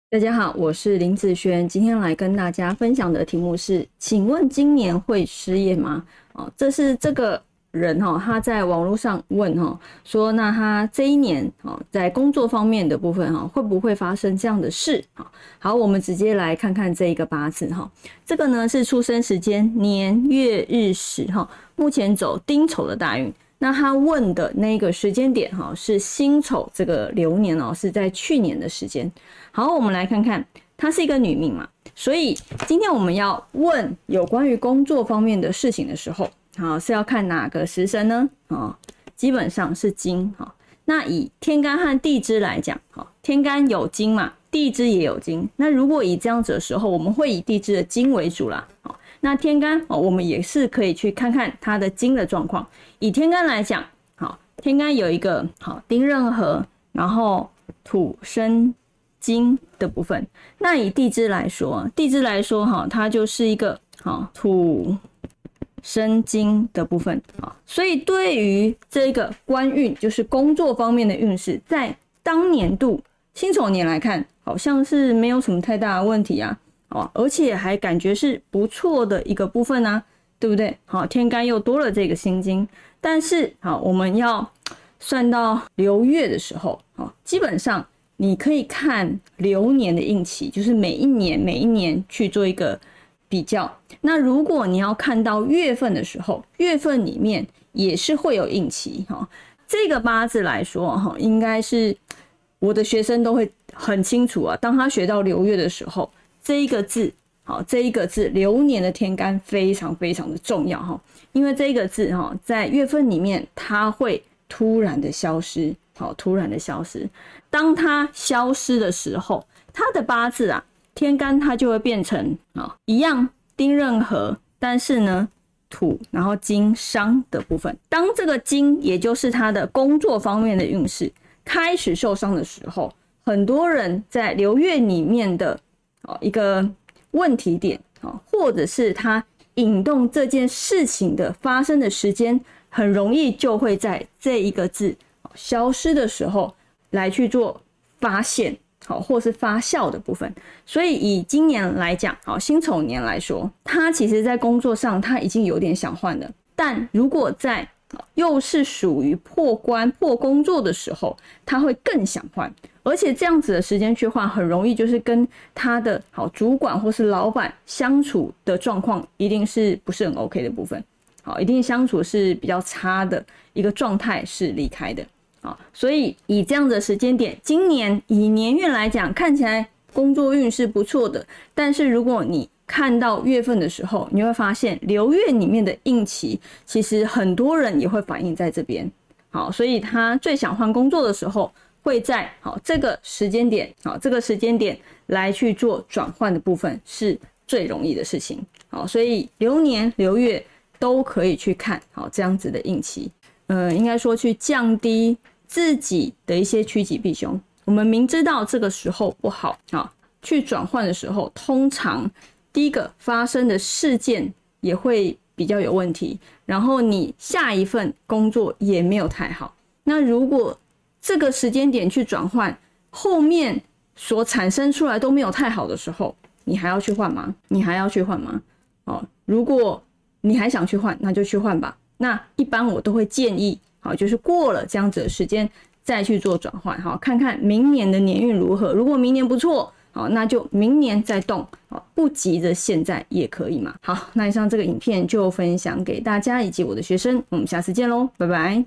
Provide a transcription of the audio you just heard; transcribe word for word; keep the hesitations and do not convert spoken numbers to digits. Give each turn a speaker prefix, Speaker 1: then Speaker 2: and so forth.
Speaker 1: 大家好，我是林子轩，今天来跟大家分享的题目是：请问今年会失业吗？哦，这是这个人哈、哦，他在网络上问哈、哦，说那他这一年哦，在工作方面的部分哈、哦，会不会发生这样的事？好，我们直接来看看这一个八字哈、哦，这个呢是出生时间年月日时哈、哦，目前走丁丑的大运。那他问的那个时间点哈，是辛丑这个流年哦，是在去年的时间。好，我们来看看，她是一个女命嘛，所以今天我们要问有关于工作方面的事情的时候，好，是要看哪个时辰呢？啊，基本上是金哈。那以天干和地支来讲，哈，天干有金嘛，地支也有金。那如果以这样子的时候，我们会以地支的金为主啦。那天干我们也是可以去看看它的金的状况。以天干来讲，好，天干有一个好丁壬合，然后土生金的部分。那以地支来说，地支来说哈，它就是一个好土生金的部分啊。所以对于这个官运，就是工作方面的运势，在当年度辛丑年来看，好像是没有什么太大的问题啊。哦，而且还感觉是不错的一个部分啊，对不对？好，天干又多了这个辛金，但是好，我们要算到流月的时候，好，基本上你可以看流年的印期，就是每一年每一年去做一个比较。那如果你要看到月份的时候，月份里面也是会有印期哈。这个八字来说哈，应该是我的学生都会很清楚啊。当他学到流月的时候，这一个字，好，这一个字流年的天干非常非常的重要哈，因为这一个字哈，在月份里面它会突然的消失，好，突然的消失。当它消失的时候，它的八字啊，天干它就会变成啊一样丁壬合，但是呢土然后金伤的部分。当这个金也就是他的工作方面的运势开始受伤的时候，很多人在流月里面的一个问题点，或者是他引动这件事情的发生的时间，很容易就会在这一个字消失的时候来去做发现，或是发酵的部分。所以以今年来讲，辛丑年来说，他其实在工作上他已经有点想换了，但如果在又是属于破关破工作的时候，他会更想换，而且这样子的时间去换，很容易就是跟他的好主管或是老板相处的状况一定是不是很 OK 的部分，好，一定相处是比较差的一个状态是离开的。好，所以以这样的时间点，今年以年运来讲，看起来工作运是不错的，但是如果你看到月份的时候，你会发现流月里面的印期，其实很多人也会反映在这边。好，所以他最想换工作的时候，会在好这个时间点，好这个时间点来去做转换的部分是最容易的事情。好，所以流年流月都可以去看好这样子的印期，呃，应该说去降低自己的一些趋吉避凶。我们明知道这个时候不好，好去转换的时候，通常第一个发生的事件也会比较有问题，然后你下一份工作也没有太好。那如果这个时间点去转换，后面所产生出来都没有太好的时候，你还要去换吗？你还要去换吗？哦，如果你还想去换，那就去换吧。那一般我都会建议，好，就是过了这样子的时间再去做转换，好，看看明年的年运如何。如果明年不错，好，那就明年再动，不急着现在也可以嘛。好，那以上这个影片就分享给大家以及我的学生，我们下次见咯，拜拜。